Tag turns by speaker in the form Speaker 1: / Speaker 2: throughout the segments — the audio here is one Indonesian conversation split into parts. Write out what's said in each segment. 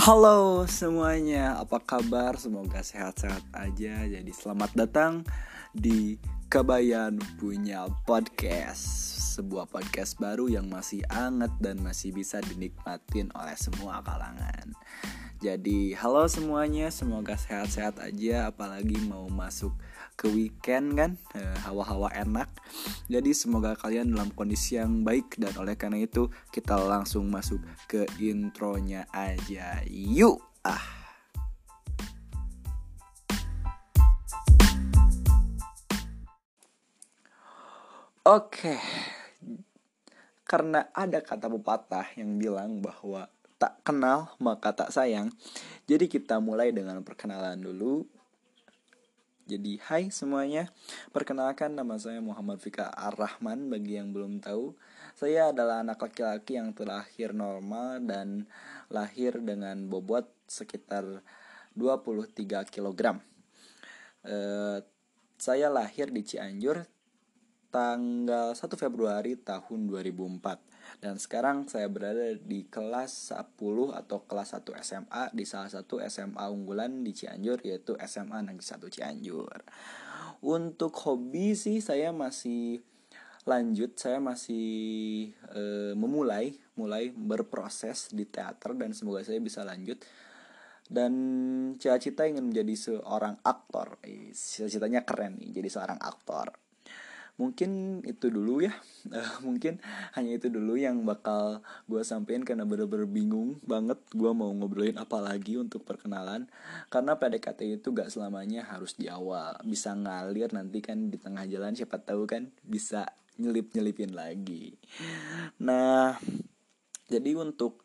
Speaker 1: Halo semuanya, apa kabar? Semoga sehat-sehat aja. Jadi selamat datang di Kabayan Punya Podcast, sebuah podcast baru yang masih hangat dan masih bisa dinikmatin oleh semua kalangan. Jadi halo semuanya, semoga sehat-sehat aja. Apalagi mau masuk ke weekend kan, hawa-hawa enak. Jadi semoga kalian dalam kondisi yang baik. Dan oleh karena itu kita langsung masuk ke intronya aja. Yuk. Oke. Karena ada kata pepatah yang bilang bahwa tak kenal maka tak sayang. Jadi kita mulai dengan perkenalan dulu. Jadi hai semuanya, perkenalkan nama saya Muhammad Fika Ar-Rahman. Bagi yang belum tahu, saya adalah anak laki-laki yang terlahir normal dan lahir dengan bobot sekitar 23 kg. Saya lahir di Cianjur tanggal 1 Februari tahun 2004. Dan sekarang saya berada di kelas 10 atau kelas 1 SMA di salah satu SMA unggulan di Cianjur, yaitu SMA Negeri 1 Cianjur. Untuk hobi sih saya masih lanjut, saya masih mulai berproses di teater dan semoga saya bisa lanjut. Dan cita-cita ingin menjadi seorang aktor. Cita-citanya keren nih, jadi seorang aktor. Mungkin itu dulu ya. Mungkin hanya itu dulu yang bakal gue sampein, karena bener-bener bingung banget gue mau ngobrolin apa lagi untuk perkenalan. Karena PDKT itu gak selamanya harus di awal, bisa ngalir nanti kan di tengah jalan, siapa tahu kan bisa nyelip-nyelipin lagi. Nah, jadi untuk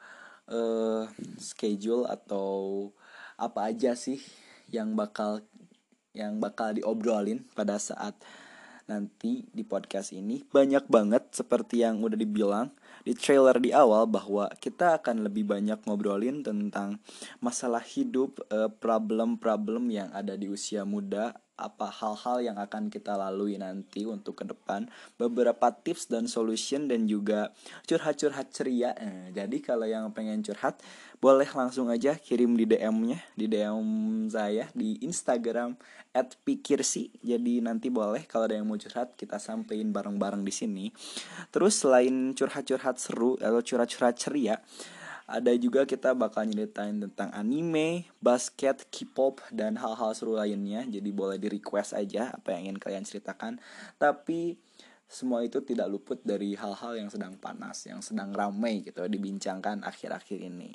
Speaker 1: schedule atau apa aja sih yang bakal diobrolin pada saat nanti di podcast ini, banyak banget seperti yang udah dibilang di trailer di awal, bahwa kita akan lebih banyak ngobrolin tentang masalah hidup, problem-problem yang ada di usia muda, apa hal-hal yang akan kita lalui nanti untuk ke depan, beberapa tips dan solution, dan juga curhat-curhat ceria. Jadi kalau yang pengen curhat boleh langsung aja kirim di DM-nya, di DM saya di Instagram @pikirsi. Jadi nanti boleh kalau ada yang mau curhat, kita sampein bareng-bareng di sini. Terus selain curhat-curhat seru atau curhat-curhat ceria, ada juga kita bakal nyeritain tentang anime, basket, K-pop, dan hal-hal seru lainnya. Jadi boleh di-request aja apa yang ingin kalian ceritakan. Tapi semua itu tidak luput dari hal-hal yang sedang panas, yang sedang ramai gitu dibincangkan akhir-akhir ini.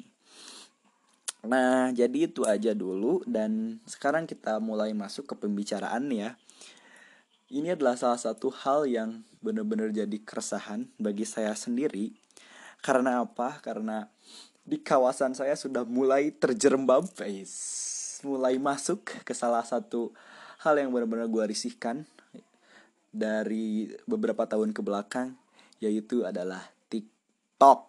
Speaker 1: Nah, jadi itu aja dulu. Dan sekarang kita mulai masuk ke pembicaraan ya. Ini adalah salah satu hal yang benar-benar jadi keresahan bagi saya sendiri. Karena apa? Karena di kawasan saya sudah mulai terjerembab, mulai masuk ke salah satu hal yang benar-benar gue risihkan dari beberapa tahun ke belakang, yaitu adalah TikTok.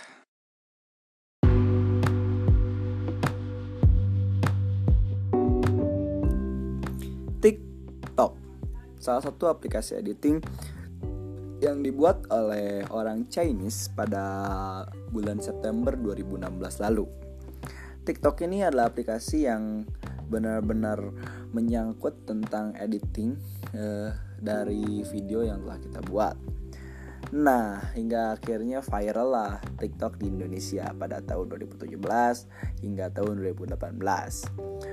Speaker 1: TikTok, salah satu aplikasi editing yang dibuat oleh orang Chinese pada bulan September 2016 lalu. TikTok ini adalah aplikasi yang benar-benar menyangkut tentang editing dari video yang telah kita buat. Nah, hingga akhirnya viral lah TikTok di Indonesia pada tahun 2017 hingga tahun 2018.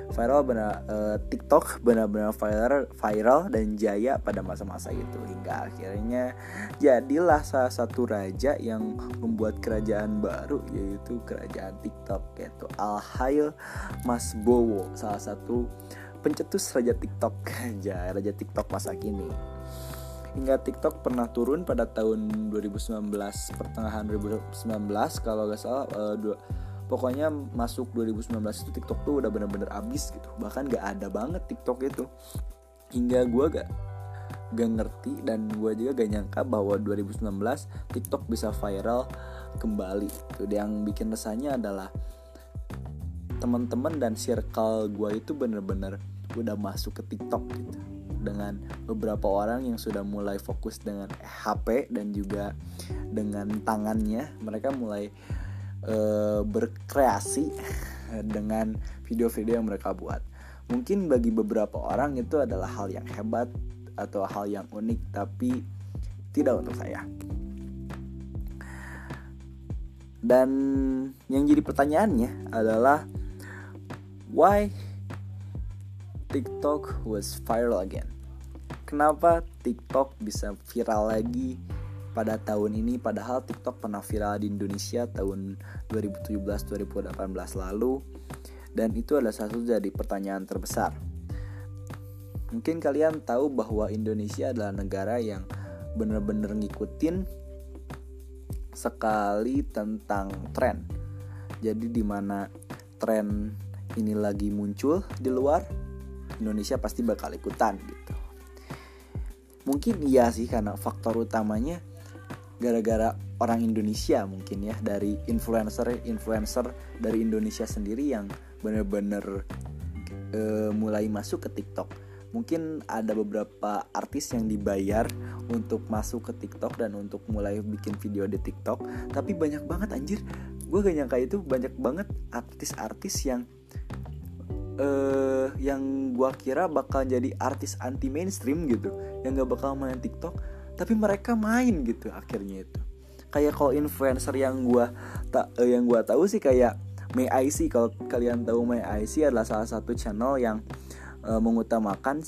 Speaker 1: TikTok benar-benar viral dan jaya pada masa-masa itu, hingga akhirnya jadilah salah satu raja yang membuat kerajaan baru, yaitu kerajaan TikTok, yaitu Alhail Mas Bowo, salah satu pencetus raja TikTok, raja TikTok masa kini. Hingga TikTok pernah turun pada tahun 2019, pertengahan 2019 kalau gak salah, pokoknya masuk 2019 itu TikTok tuh udah benar-benar abis gitu. Bahkan gak ada banget TikTok itu. Hingga gue gak ngerti, dan gue juga gak nyangka bahwa 2019 TikTok bisa viral kembali gitu. Yang bikin resahnya adalah teman-teman dan circle gue itu benar-benar udah masuk ke TikTok gitu, dengan beberapa orang yang sudah mulai fokus dengan HP dan juga dengan tangannya. Mereka mulai berkreasi dengan video-video yang mereka buat. Mungkin bagi beberapa orang itu adalah hal yang hebat atau hal yang unik, tapi tidak untuk saya. Dan yang jadi pertanyaannya adalah why TikTok was viral again? Kenapa TikTok bisa viral lagi pada tahun ini, padahal TikTok pernah viral di Indonesia tahun 2017-2018 lalu, dan itu adalah satu jadi pertanyaan terbesar. Mungkin kalian tahu bahwa Indonesia adalah negara yang benar-benar ngikutin sekali tentang tren. Jadi di mana tren ini lagi muncul di luar, Indonesia pasti bakal ikutan gitu. Mungkin iya sih, karena faktor utamanya gara-gara orang Indonesia mungkin ya, dari influencer dari Indonesia sendiri yang benar-benar mulai masuk ke TikTok. Mungkin ada beberapa artis yang dibayar untuk masuk ke TikTok dan untuk mulai bikin video di TikTok. Tapi banyak banget anjir, gue gak nyangka itu banyak banget artis-artis yang gue kira bakal jadi artis anti mainstream gitu, yang gak bakal main TikTok, tapi mereka main gitu akhirnya itu. Kayak kalau influencer yang gue tahu sih kayak May IC. Kalau kalian tahu, May IC adalah salah satu channel yang mengutamakan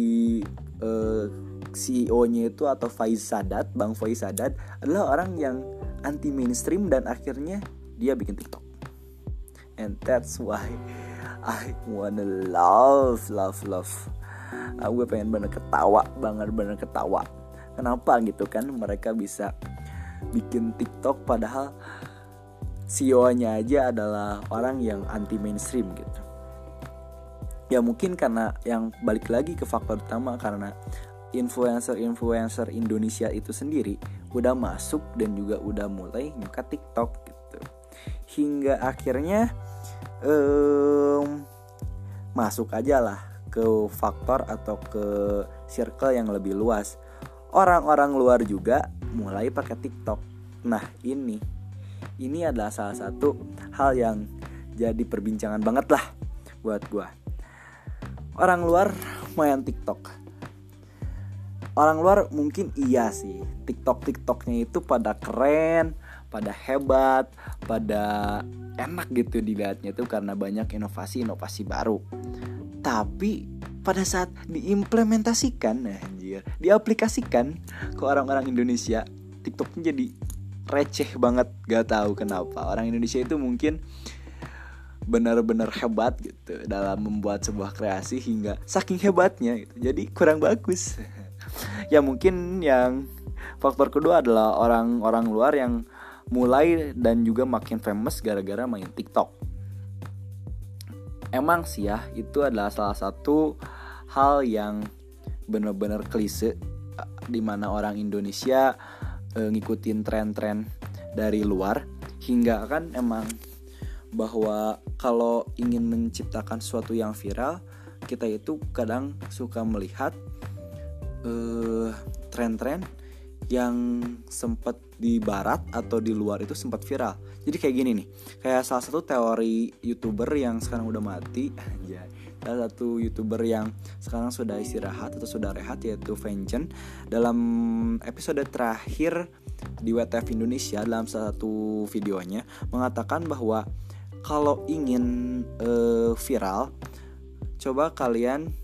Speaker 1: CEO-nya itu atau Bang Faiz Sadat adalah orang yang anti mainstream, dan akhirnya dia bikin TikTok. And that's why I wanna love. Gue pengen bener ketawa. Kenapa gitu kan mereka bisa bikin TikTok padahal CEO-nya aja adalah orang yang anti mainstream gitu. Ya mungkin karena yang balik lagi ke faktor utama, karena influencer Indonesia itu sendiri udah masuk dan juga udah mulai buka TikTok gitu. Hingga akhirnya masuk aja lah ke faktor atau ke circle yang lebih luas. Orang-orang luar juga mulai pakai TikTok. Nah, ini adalah salah satu hal yang jadi perbincangan banget lah buat gua. Orang luar main TikTok. Orang luar mungkin iya sih, TikToknya itu pada keren, pada hebat, pada enak gitu dilihatnya tuh karena banyak inovasi baru. Tapi pada saat diimplementasikan, diaplikasikan ke orang-orang Indonesia, TikToknya jadi receh banget. Gak tahu kenapa orang Indonesia itu mungkin benar-benar hebat gitu dalam membuat sebuah kreasi, hingga saking hebatnya gitu, jadi kurang bagus. Ya mungkin yang faktor kedua adalah orang-orang luar yang mulai dan juga makin famous gara-gara main TikTok. Emang sih ya, itu adalah salah satu hal yang benar-benar klise, di mana orang Indonesia ngikutin tren-tren dari luar, hingga kan emang bahwa kalau ingin menciptakan sesuatu yang viral, kita itu kadang suka melihat tren-tren yang sempat di barat atau di luar itu sempat viral. Jadi kayak gini nih, kayak salah satu teori YouTuber yang sekarang udah mati, salah satu YouTuber yang sekarang sudah istirahat atau sudah rehat, yaitu Vengeance. Dalam episode terakhir di WTF Indonesia, dalam salah satu videonya mengatakan bahwa kalau ingin viral, coba kalian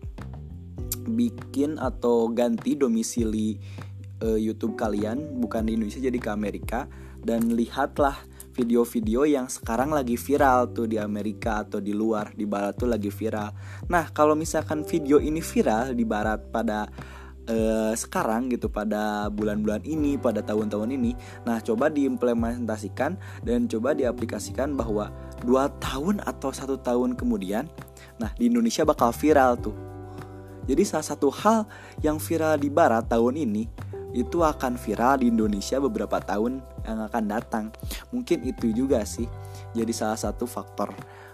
Speaker 1: bikin atau ganti domisili YouTube kalian, bukan di Indonesia, jadi ke Amerika, dan lihatlah video-video yang sekarang lagi viral tuh di Amerika atau di luar, di barat tuh lagi viral. Nah, kalau misalkan video ini viral di barat pada sekarang gitu, pada bulan-bulan ini, pada tahun-tahun ini, nah coba diimplementasikan dan coba diaplikasikan bahwa 2 tahun atau 1 tahun kemudian, nah di Indonesia bakal viral tuh. Jadi salah satu hal yang viral di barat tahun ini itu akan viral di Indonesia beberapa tahun yang akan datang. Mungkin itu juga sih jadi salah satu faktor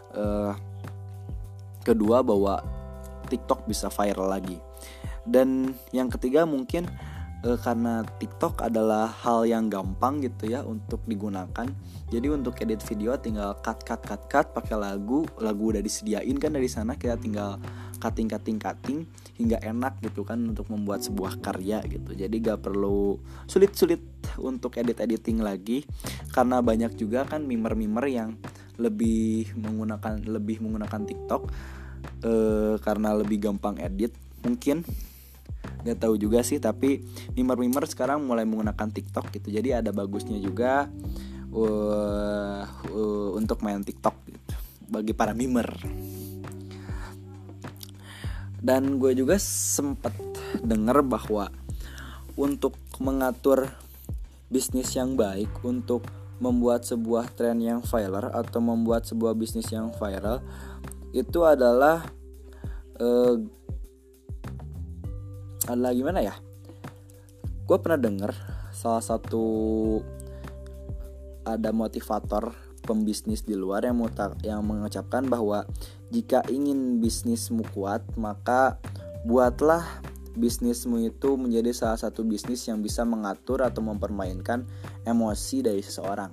Speaker 1: kedua bahwa TikTok bisa viral lagi. Dan yang ketiga mungkin karena TikTok adalah hal yang gampang gitu ya untuk digunakan. Jadi untuk edit video tinggal cut pakai lagu udah disediain kan dari sana, kita tinggal cutting hingga enak gitu kan untuk membuat sebuah karya gitu. Jadi gak perlu sulit untuk editing lagi, karena banyak juga kan mimer yang lebih menggunakan TikTok karena lebih gampang edit mungkin. Gak tahu juga sih, tapi mimer sekarang mulai menggunakan TikTok gitu. Jadi ada bagusnya juga untuk main TikTok gitu, bagi para mimer. Dan gue juga sempat dengar bahwa untuk mengatur bisnis yang baik, untuk membuat sebuah tren yang viral atau membuat sebuah bisnis yang viral, itu adalah gimana ya? Gue pernah dengar salah satu ada motivator pembisnis di luar yang mengucapkan bahwa jika ingin bisnismu kuat, maka buatlah bisnismu itu menjadi salah satu bisnis yang bisa mengatur atau mempermainkan emosi dari seseorang.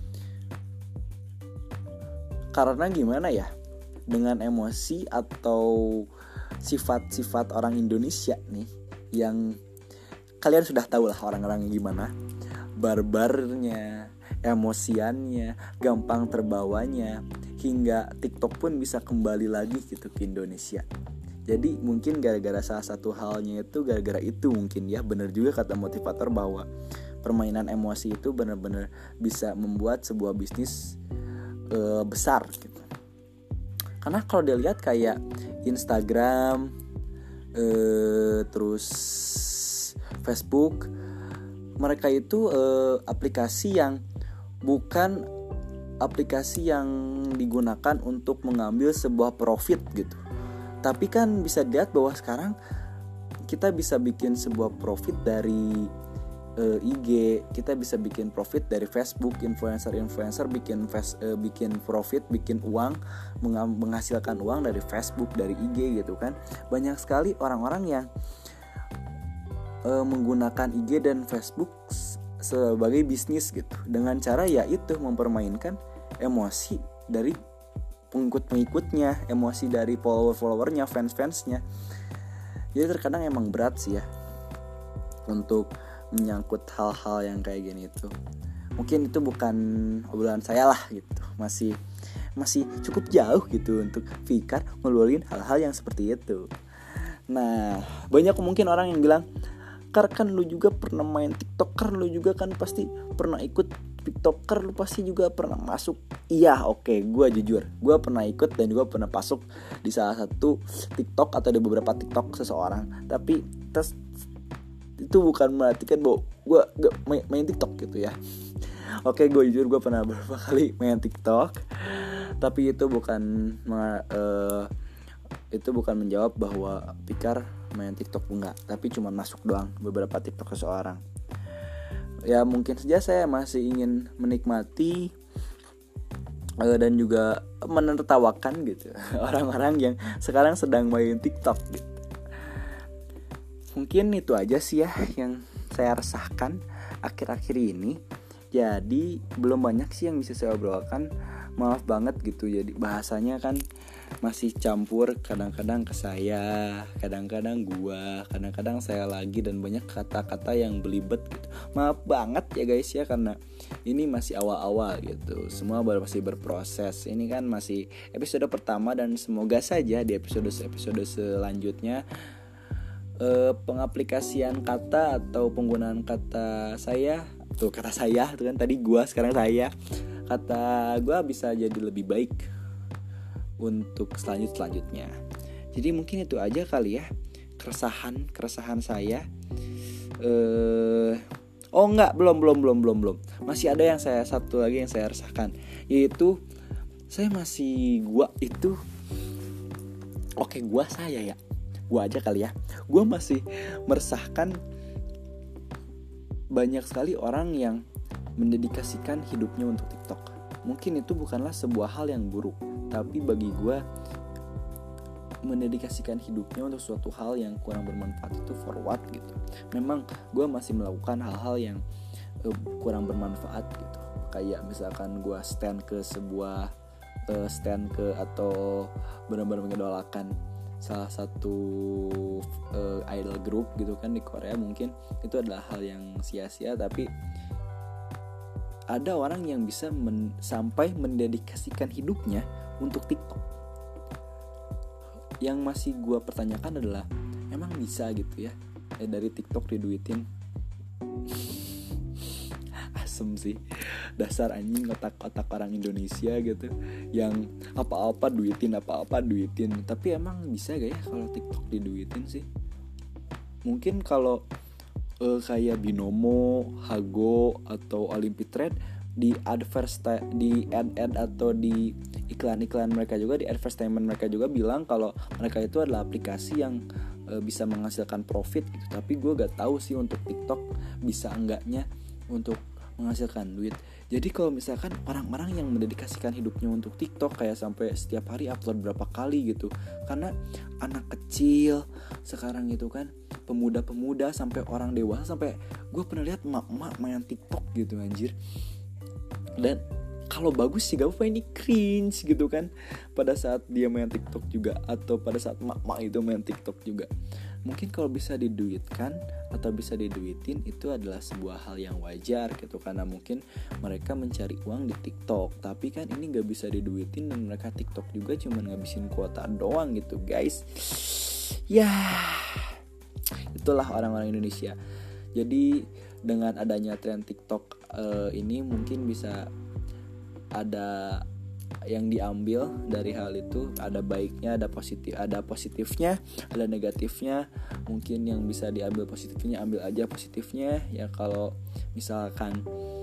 Speaker 1: Karena gimana ya? Dengan emosi atau sifat-sifat orang Indonesia nih, yang kalian sudah tahu lah orang-orang gimana, barbarnya, emosiannya, gampang terbawanya, hingga TikTok pun bisa kembali lagi gitu ke Indonesia. Jadi mungkin gara-gara salah satu halnya itu gara-gara itu mungkin ya, benar juga kata motivator bahwa permainan emosi itu benar-benar bisa membuat sebuah bisnis besar gitu. Karena kalau dilihat kayak Instagram, terus Facebook, mereka itu aplikasi yang bukan aplikasi yang digunakan untuk mengambil sebuah profit gitu. Tapi kan bisa dilihat bahwa sekarang kita bisa bikin sebuah profit dari IG, kita bisa bikin profit dari Facebook, influencer bikin profit, bikin uang, menghasilkan uang dari Facebook, dari IG gitu kan. Banyak sekali orang-orang yang menggunakan IG dan Facebook sebagai bisnis gitu, dengan cara yaitu mempermainkan emosi dari pengikut-pengikutnya, emosi dari follower-followernya, fans-fansnya. Jadi terkadang emang berat sih ya untuk menyangkut hal-hal yang kayak gini itu. Mungkin itu bukan obrolan saya lah gitu, masih cukup jauh gitu untuk Fikar ngeluarin hal-hal yang seperti itu. Nah, banyak mungkin orang yang bilang, kan lu juga pernah main TikToker, lu juga kan pasti pernah ikut TikToker, lu pasti juga pernah masuk. Iya, oke, gue jujur, gue pernah ikut dan juga pernah masuk di salah satu TikTok atau di beberapa TikTok seseorang. Tapi itu bukan mengartikan bahwa gue gak main TikTok gitu ya. Oke, gue jujur, gue pernah beberapa kali main TikTok, tapi itu bukan menjawab bahwa Fikar main TikTok, enggak. Tapi cuma masuk doang beberapa TikTok seseorang. Ya mungkin saja saya masih ingin menikmati dan juga menertawakan gitu orang-orang yang sekarang sedang main TikTok gitu. Mungkin itu aja sih ya yang saya resahkan akhir-akhir ini. Jadi belum banyak sih yang bisa saya obrolkan, maaf banget gitu. Jadi bahasanya kan masih campur, kadang-kadang ke saya, kadang-kadang gua, kadang-kadang saya lagi, dan banyak kata-kata yang belibet gitu. Maaf banget ya guys ya, karena ini masih awal-awal gitu. Semua masih berproses. Ini kan masih episode pertama, dan semoga saja di episode selanjutnya pengaplikasian kata atau penggunaan kata saya itu kan tadi gua, sekarang saya, kata gua bisa jadi lebih baik untuk selanjutnya. Jadi mungkin itu aja kali ya keresahan saya. Belum. Masih ada satu lagi yang saya resahkan, yaitu saya masih gua aja kali ya. Gua masih meresahkan banyak sekali orang yang mendedikasikan hidupnya untuk TikTok. Mungkin itu bukanlah sebuah hal yang buruk, tapi bagi gue mendedikasikan hidupnya untuk suatu hal yang kurang bermanfaat itu for what gitu. Memang gue masih melakukan hal-hal yang kurang bermanfaat gitu. Kayak misalkan gue stand ke atau benar-benar mengidolakan salah satu idol group gitu kan di Korea, mungkin itu adalah hal yang sia-sia. Tapi ada orang yang bisa sampai mendedikasikan hidupnya untuk TikTok. Yang masih gue pertanyakan adalah, emang bisa gitu ya dari TikTok diduitin? Asem sih, dasar anjing otak-otak orang Indonesia gitu, yang apa-apa duitin. Tapi emang bisa gak ya kalau TikTok diduitin sih? Mungkin kalau kayak Binomo, Hago, atau Olympic Trade di ad atau di iklan mereka juga, di advertisement mereka juga bilang kalau mereka itu adalah aplikasi yang bisa menghasilkan profit gitu. Tapi gue gak tahu sih untuk TikTok bisa enggaknya untuk menghasilkan duit. Jadi kalau misalkan orang-orang yang mendedikasikan hidupnya untuk TikTok kayak sampai setiap hari upload berapa kali gitu, karena anak kecil sekarang itu kan, pemuda-pemuda sampai orang dewasa, sampai gue pernah lihat emak-emak main TikTok gitu anjir. Dan kalau bagus sih gak apa-apa, ini cringe gitu kan pada saat dia main TikTok juga, atau pada saat emak-emak itu main TikTok juga. Mungkin kalau bisa diduitkan atau bisa diduitin itu adalah sebuah hal yang wajar gitu, karena mungkin mereka mencari uang di TikTok. Tapi kan ini gak bisa diduitin dan mereka TikTok juga cuma ngabisin kuota doang gitu guys. Ya, itulah orang-orang Indonesia. Jadi dengan adanya tren TikTok ini mungkin bisa ada yang diambil dari hal itu. Ada baiknya, ada positifnya, ada negatifnya. Mungkin yang bisa diambil positifnya, ambil aja positifnya. Ya kalau misalkan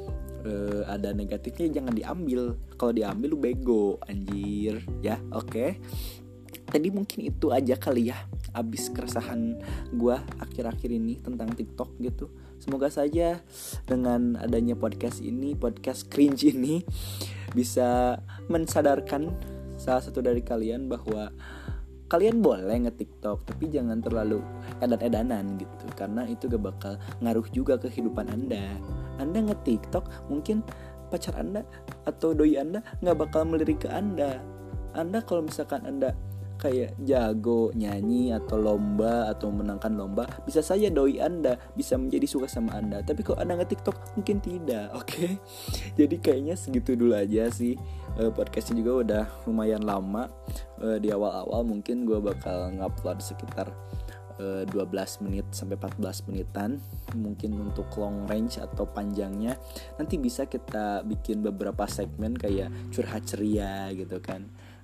Speaker 1: ada negatifnya jangan diambil. Kalau diambil lu bego anjir ya. Oke. Tadi mungkin itu aja kali ya, abis keresahan gue akhir-akhir ini tentang TikTok gitu. Semoga saja dengan adanya podcast cringe ini bisa mensadarkan salah satu dari kalian bahwa kalian boleh nge-TikTok, tapi jangan terlalu edan-edanan gitu, karena itu gak bakal ngaruh juga ke kehidupan Anda. Anda nge-TikTok, mungkin pacar Anda atau doi Anda gak bakal melirik ke Anda. Anda kalau misalkan Anda kayak jago nyanyi atau lomba atau menangkan lomba, bisa saja doi Anda bisa menjadi suka sama Anda. Tapi kalau Anda nge-TikTok mungkin tidak. Oke? Jadi kayaknya segitu dulu aja sih. Podcastnya juga udah lumayan lama. Di awal-awal mungkin gue bakal ngupload sekitar 12 menit sampai 14 menitan. Mungkin untuk long range atau panjangnya nanti bisa kita bikin beberapa segmen kayak curhat ceria gitu kan.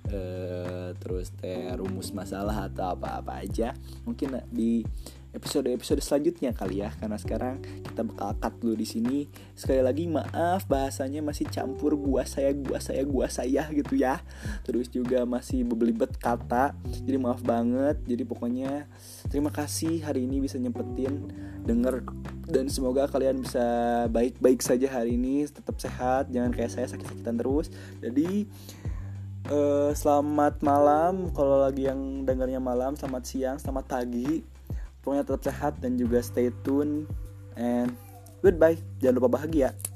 Speaker 1: Terus rumus masalah atau apa-apa aja mungkin di episode selanjutnya kali ya, karena sekarang kita bakal cut dulu di sini. Sekali lagi maaf bahasanya masih campur gua saya gitu ya, terus juga masih bebelibet kata, jadi maaf banget. Jadi pokoknya terima kasih hari ini bisa nyempetin denger, dan semoga kalian bisa baik-baik saja hari ini, tetap sehat, jangan kayak saya sakit-sakitan terus. Jadi selamat malam kalau lagi yang dengarnya malam, selamat siang, selamat pagi. Pokoknya tetap sehat dan juga stay tune and goodbye. Jangan lupa bahagia.